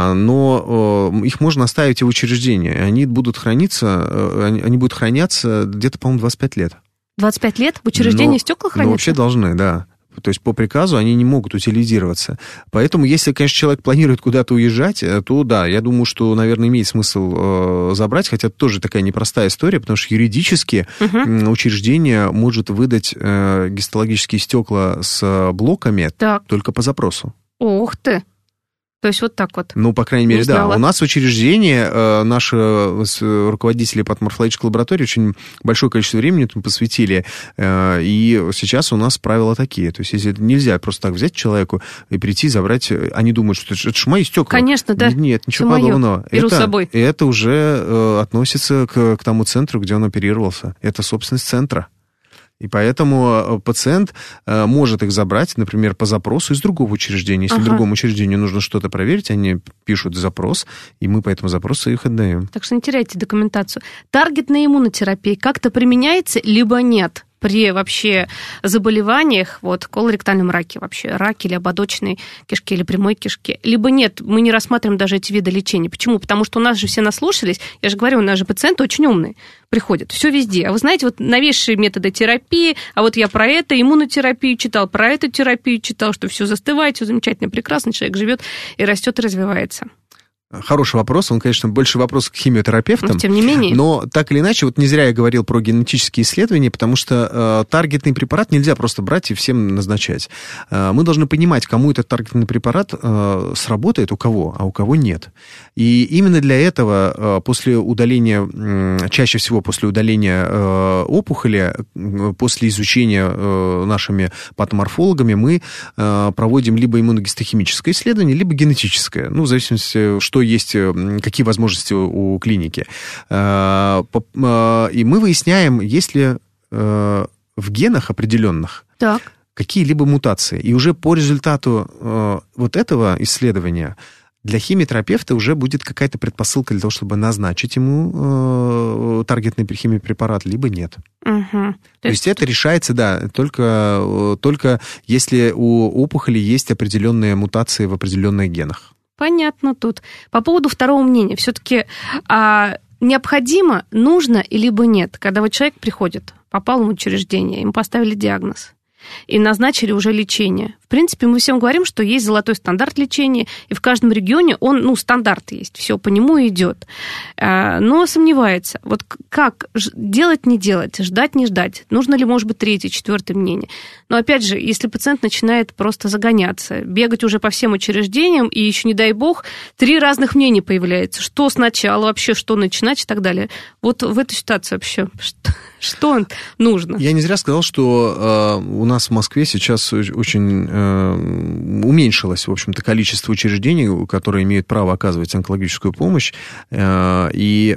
но их можно оставить и в учреждении. Они будут храниться где-то, по-моему, 25 лет. 25 лет? В учреждении стекла хранятся? Ну, вообще должны, да. То есть по приказу они не могут утилизироваться. Поэтому, если, конечно, человек планирует куда-то уезжать, то да, я думаю, что, наверное, имеет смысл забрать, хотя это тоже такая непростая история, потому что юридически учреждение может выдать гистологические стекла с блоками только по запросу. Ух ты! То есть вот так вот. Ну, по крайней мере, да. У нас в учреждении наши руководители патоморфологической лаборатории очень большое количество времени этому посвятили. И сейчас у нас правила такие. То есть, если нельзя просто так взять человеку и прийти, забрать, они думают, что это же мои стекла. Конечно, да. Нет, ничего подобного. Беру с собой. Это уже относится к тому центру, где он оперировался. Это собственность центра. И поэтому пациент может их забрать, например, по запросу из другого учреждения. Если другому учреждению нужно что-то проверить, они пишут запрос, и мы по этому запросу их отдаем. Так что не теряйте документацию. Таргетная иммунотерапия как-то применяется, либо нет? при вообще заболеваниях, вот, колоректальном раке вообще, раке или ободочной кишки, или прямой кишки, либо нет, мы не рассматриваем даже эти виды лечения. Почему? Потому что у нас же все наслушались, я же говорю, у нас же пациенты очень умные, приходят, все везде. А вы знаете, вот новейшие методы терапии, а вот я про это иммунотерапию читал, про эту терапию читал, что все застывает, все замечательно, прекрасно, человек живет и растет, и развивается. Хороший вопрос, он, конечно, больше вопрос к химиотерапевтам. Но, тем не менее. Но так или иначе, вот не зря я говорил про генетические исследования, потому что таргетный препарат нельзя просто брать и всем назначать. Мы должны понимать, кому этот таргетный препарат сработает, у кого, а у кого нет. И именно для этого после удаления, чаще всего после удаления опухоли, после изучения нашими патоморфологами, мы проводим либо иммуногистохимическое исследование, либо генетическое, ну, в зависимости, что есть, какие возможности у клиники. И мы выясняем, есть ли в генах определенных какие-либо мутации. И уже по результату вот этого исследования для химиотерапевта уже будет какая-то предпосылка для того, чтобы назначить ему таргетный химиопрепарат, либо нет. Угу. То есть это решается, да, только если у опухоли есть определенные мутации в определенных генах. Понятно тут. По поводу второго мнения. Все-таки необходимо, нужно, либо нет, когда вот человек приходит, попал в учреждение, ему поставили диагноз и назначили уже лечение. В принципе, мы всем говорим, что есть золотой стандарт лечения, и в каждом регионе он, стандарт есть, все по нему идет. Но сомневается, вот как делать, не делать, ждать, не ждать, нужно ли, может быть, третье, четвертое мнение. Но опять же, если пациент начинает просто загоняться, бегать уже по всем учреждениям, и еще, не дай бог, 3 разных мнения появляется, что сначала вообще, что начинать и так далее. Вот в этой ситуации вообще что нужно? Я не зря сказал, что у нас в Москве сейчас очень уменьшилось, в общем-то, количество учреждений, которые имеют право оказывать онкологическую помощь. И,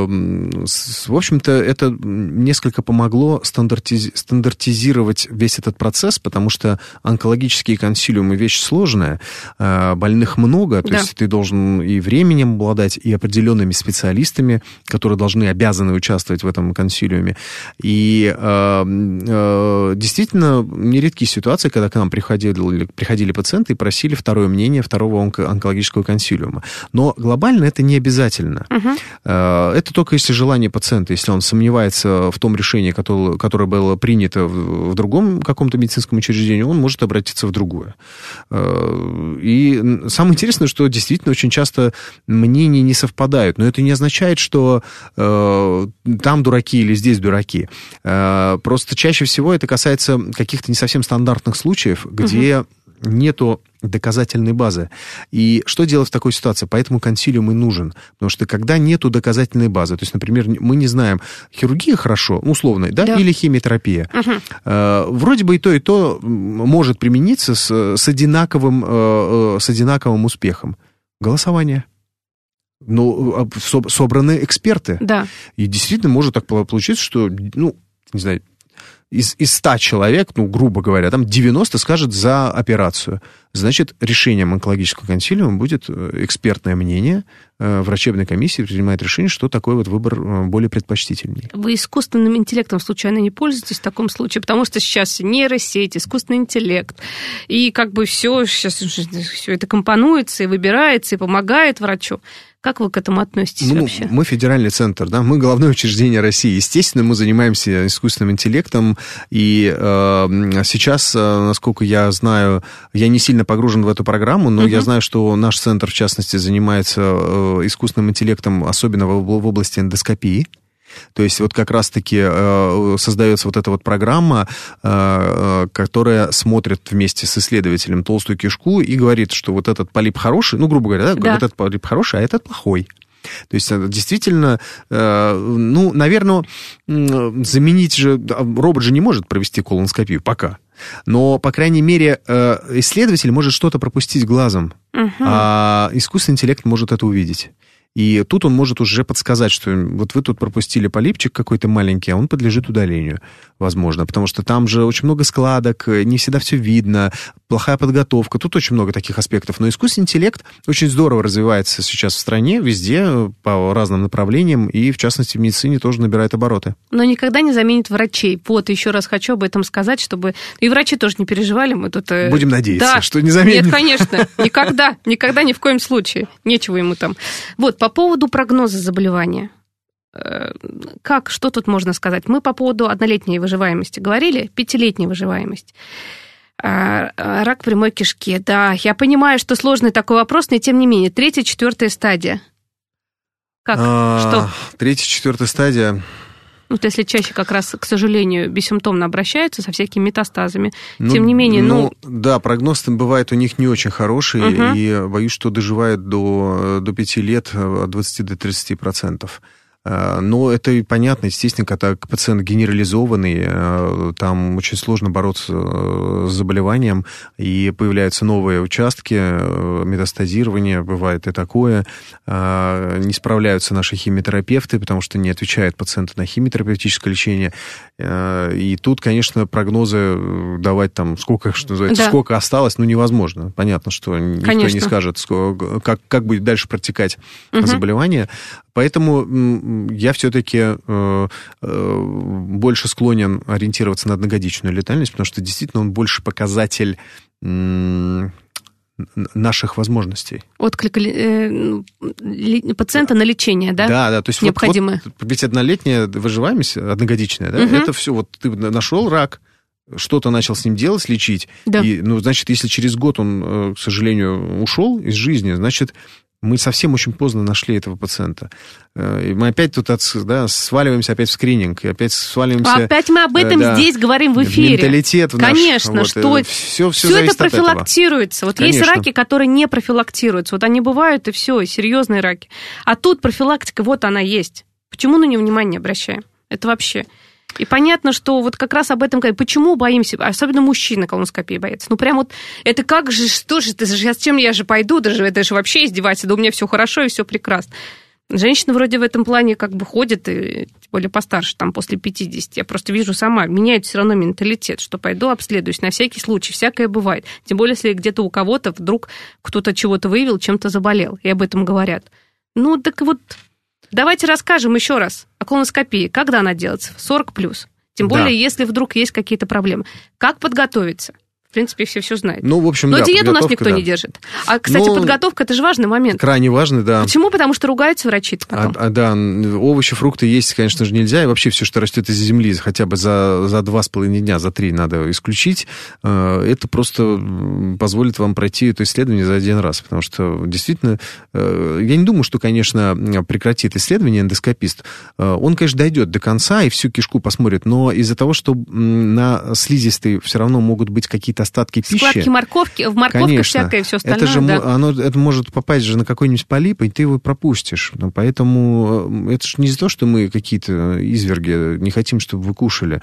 в общем-то, это несколько помогло стандартизировать весь этот процесс, потому что онкологические консилиумы – вещь сложная, больных много, то есть ты должен и временем обладать, и определенными специалистами, которые обязаны участвовать в этом консилиуме. И действительно, нередкие ситуации, когда к нам приходили пациенты и просили второе мнение второго онкологического консилиума. Но глобально это не обязательно. Это только если желание пациента, если он сомневается в том решении, которое было принято в другом каком-то медицинском учреждении, он может обратиться в другое. И самое интересное, что действительно очень часто мнения не совпадают. Но это не означает, что там дураки или здесь дураки. Просто чаще всего это касается каких-то не совсем стандартных случаев, где нету доказательной базы. И что делать в такой ситуации? Поэтому консилиум и нужен. Потому что когда нету доказательной базы, то есть, например, мы не знаем, хирургия хорошо, условно, да? Или химиотерапия. Вроде бы и то может примениться с одинаковым успехом. Голосование. Но собраны эксперты. Да. И действительно может так получиться, что, не знаю, из 100 человек, грубо говоря, там 90 скажет за операцию. Значит, решением онкологического консилиума будет экспертное мнение, врачебной комиссии принимает решение, что такой вот выбор более предпочтительней. Вы искусственным интеллектом случайно не пользуетесь в таком случае? Потому что сейчас нейросеть, искусственный интеллект, и все это компонуется и выбирается, и помогает врачу. Как вы к этому относитесь вообще? Мы федеральный центр, да, мы головное учреждение России. Естественно, мы занимаемся искусственным интеллектом, и сейчас, насколько я знаю, я не сильно погружен в эту программу, но я знаю, что наш центр, в частности, занимается искусственным интеллектом, особенно в области эндоскопии. То есть вот как раз-таки создается вот эта вот программа, которая смотрит вместе с исследователем толстую кишку и говорит, что вот этот полип хороший, грубо говоря, вот этот полип хороший, а этот плохой. То есть действительно, наверное, заменить же, робот же не может провести колоноскопию пока. Но, по крайней мере, исследователь может что-то пропустить глазом, а искусственный интеллект может это увидеть. И тут он может уже подсказать, что вот вы тут пропустили полипчик какой-то маленький, а он подлежит удалению, возможно, потому что там же очень много складок, не всегда все видно, плохая подготовка, тут очень много таких аспектов. Но искусственный интеллект очень здорово развивается сейчас в стране, везде, по разным направлениям, и, в частности, в медицине тоже набирает обороты. Но никогда не заменит врачей. Вот, еще раз хочу об этом сказать, чтобы... И врачи тоже не переживали, мы тут... Будем надеяться, что не заменит. Нет, конечно, никогда ни в коем случае. Нечего ему там. Вот, по поводу прогноза заболевания. Что тут можно сказать? Мы по поводу 1-летней выживаемости говорили, 5-летней выживаемости. Рак прямой кишки, да. Я понимаю, что сложный такой вопрос, но тем не менее. 3-4 стадия. Как? Что? 3-4 стадия... Вот если чаще как раз, к сожалению, бессимптомно обращаются со всякими метастазами, тем не менее, Да, прогноз бывает у них не очень хороший, и боюсь, что доживают до 5 лет от 20 до 30%. Но это и понятно, естественно, когда пациент генерализованный, там очень сложно бороться с заболеванием, и появляются новые участки, метастазирование, бывает и такое. Не справляются наши химиотерапевты, потому что не отвечает пациенту на химиотерапевтическое лечение. И тут, конечно, прогнозы давать там, сколько осталось, невозможно. Понятно, что никто не скажет, как будет дальше протекать заболевание. Поэтому я все-таки больше склонен ориентироваться на одногодичную летальность, потому что действительно он больше показатель наших возможностей. Отклик пациента на лечение, да? Да, то есть необходимое. Ведь 1-летняя выживаемость, 1-годичная, да, это все, вот ты нашел рак, что-то начал с ним делать, лечить, и, значит, если через год он, к сожалению, ушел из жизни, значит, мы совсем очень поздно нашли этого пациента. И мы опять тут сваливаемся опять в скрининг, и опять сваливаемся... Опять мы об этом здесь говорим в эфире. Менталитет наш. Конечно, что все это профилактируется. Вот есть раки, которые не профилактируются. Вот они бывают, и все, и серьезные раки. А тут профилактика, вот она есть. Почему на нее внимание не обращаем? Это вообще... И понятно, что вот как раз об этом говорят. Почему боимся? Особенно мужчины колоноскопии боятся. Прям вот это как же, что же, это сейчас чем я же пойду? Это же вообще издеваться. Да у меня все хорошо и все прекрасно. Женщины вроде в этом плане как бы ходят, и тем более постарше, там после 50. Я просто вижу сама, меняет все равно менталитет, что пойду обследуюсь на всякий случай. Всякое бывает. Тем более, если где-то у кого-то вдруг кто-то чего-то выявил, чем-то заболел. И об этом говорят. Так вот... Давайте расскажем еще раз о колоноскопии. Когда она делается? 40+. Тем более, если вдруг есть какие-то проблемы. Как подготовиться? В принципе, все знают. В общем, но диету у нас никто не держит. А, кстати, подготовка – это же важный момент. Крайне важный, да. Почему? Потому что ругаются врачи-то потом. Да, овощи, фрукты есть, конечно же, нельзя. И вообще все, что растет из земли, хотя бы за 2,5 дня, за 3 надо исключить. Это просто позволит вам пройти это исследование за 1 раз. Потому что, действительно, я не думаю, что, конечно, прекратит исследование эндоскопист. Он, конечно, дойдет до конца и всю кишку посмотрит. Но из-за того, что на слизистой все равно могут быть какие-то остатки пищи. Складки морковки, в морковке всякое и все остальное. Это может попасть же на какой-нибудь полип, и ты его пропустишь. Поэтому это же не за то, что мы какие-то изверги, не хотим, чтобы вы кушали.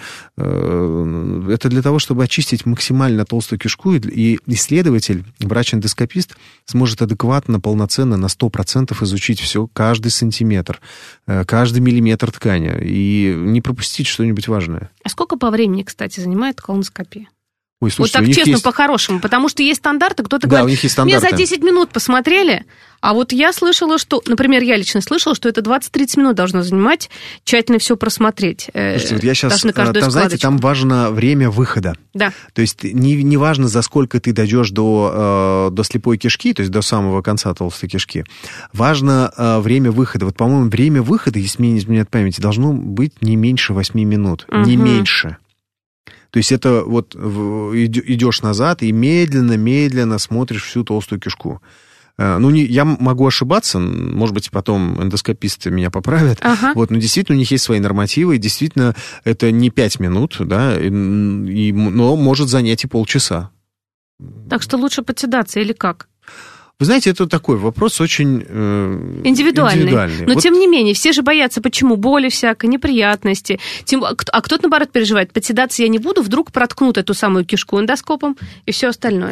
Это для того, чтобы очистить максимально толстую кишку, и исследователь, врач-эндоскопист, сможет адекватно, полноценно, на 100% изучить все, каждый сантиметр, каждый миллиметр ткани, и не пропустить что-нибудь важное. А сколько по времени, кстати, занимает колоноскопия? Ой, слушайте, вот так честно, по-хорошему, потому что есть стандарты, кто-то говорит, у них есть стандарты. Мне за 10 минут посмотрели, а вот я слышала, что, например, я лично слышала, что это 20-30 минут должно занимать, тщательно все просмотреть. Слушайте, вот я сейчас, там важно время выхода. Да. То есть не важно, за сколько ты дойдешь до слепой кишки, то есть до самого конца толстой кишки. Важно время выхода. Вот, по-моему, время выхода, если мне не изменяет память, должно быть не меньше 8 минут, не меньше. То есть это вот идешь назад и медленно смотришь всю толстую кишку. Я могу ошибаться, может быть, потом эндоскописты меня поправят. Ага. Но действительно у них есть свои нормативы, и действительно это не 5 минут, да, но может занять и полчаса. Так что лучше подседаться или как? Вы знаете, это такой вопрос очень индивидуальный. Но, тем не менее, все же боятся, почему? Боли всякой, неприятности. А кто-то, наоборот, переживает. Подседаться я не буду, вдруг проткнут эту самую кишку эндоскопом и все остальное.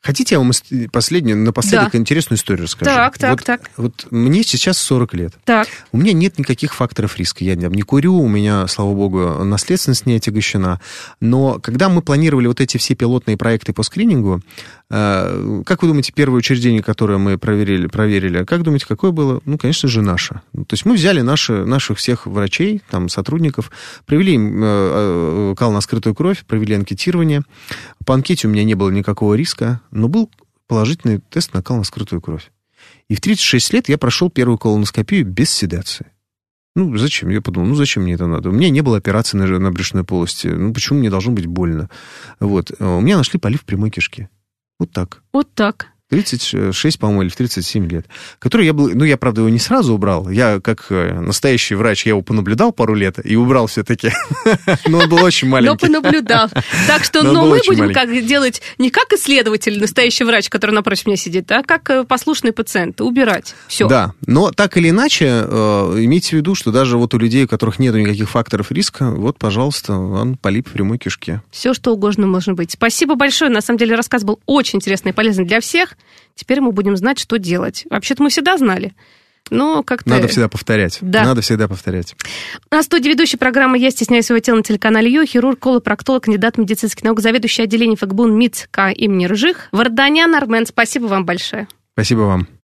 Хотите, я вам напоследок интересную историю расскажу? Так. Вот мне сейчас 40 лет. Так. У меня нет никаких факторов риска. Я не курю, у меня, слава богу, наследственность не отягощена. Но когда мы планировали вот эти все пилотные проекты по скринингу, как вы думаете, первое учреждение, которое мы проверили, как думаете, какое было? Ну, конечно же, наше. То есть мы взяли наших всех врачей, там, сотрудников, провели им кал на скрытую кровь, провели анкетирование. По анкете у меня не было никакого риска, но был положительный тест на кал на скрытую кровь. И в 36 лет я прошел первую колоноскопию без седации. Ну, зачем? Я подумал, зачем мне это надо? У меня не было операции на брюшной полости. Почему мне должно быть больно? Вот. У меня нашли полив прямой кишки. Вот так. 36, по-моему, или в 37 лет. Который я, правда, его не сразу убрал. Я, как настоящий врач, я его понаблюдал пару лет и убрал все-таки. Но он был очень маленький. Но понаблюдал. Так что, мы будем делать не как исследователь, настоящий врач, который напротив меня сидит, а как послушный пациент. Убирать. Все. Да, но так или иначе, имейте в виду, что даже вот у людей, у которых нет никаких факторов риска, вот, пожалуйста, полип прямой кишки. Все, что угодно может быть. Спасибо большое. На самом деле, рассказ был очень интересный и полезный для всех. Теперь мы будем знать, что делать. Вообще-то мы всегда знали. Но как-то... Надо всегда повторять. Да. Надо всегда повторять. На студии ведущей программы «Я стесняюсь своего тела» на телеканале Ю, хирург, колопроктолог, кандидат медицинских наук, заведующий отделением ФГБУН МИЦ К имени Рыжих, Варданян Армен. Спасибо вам большое. Спасибо вам.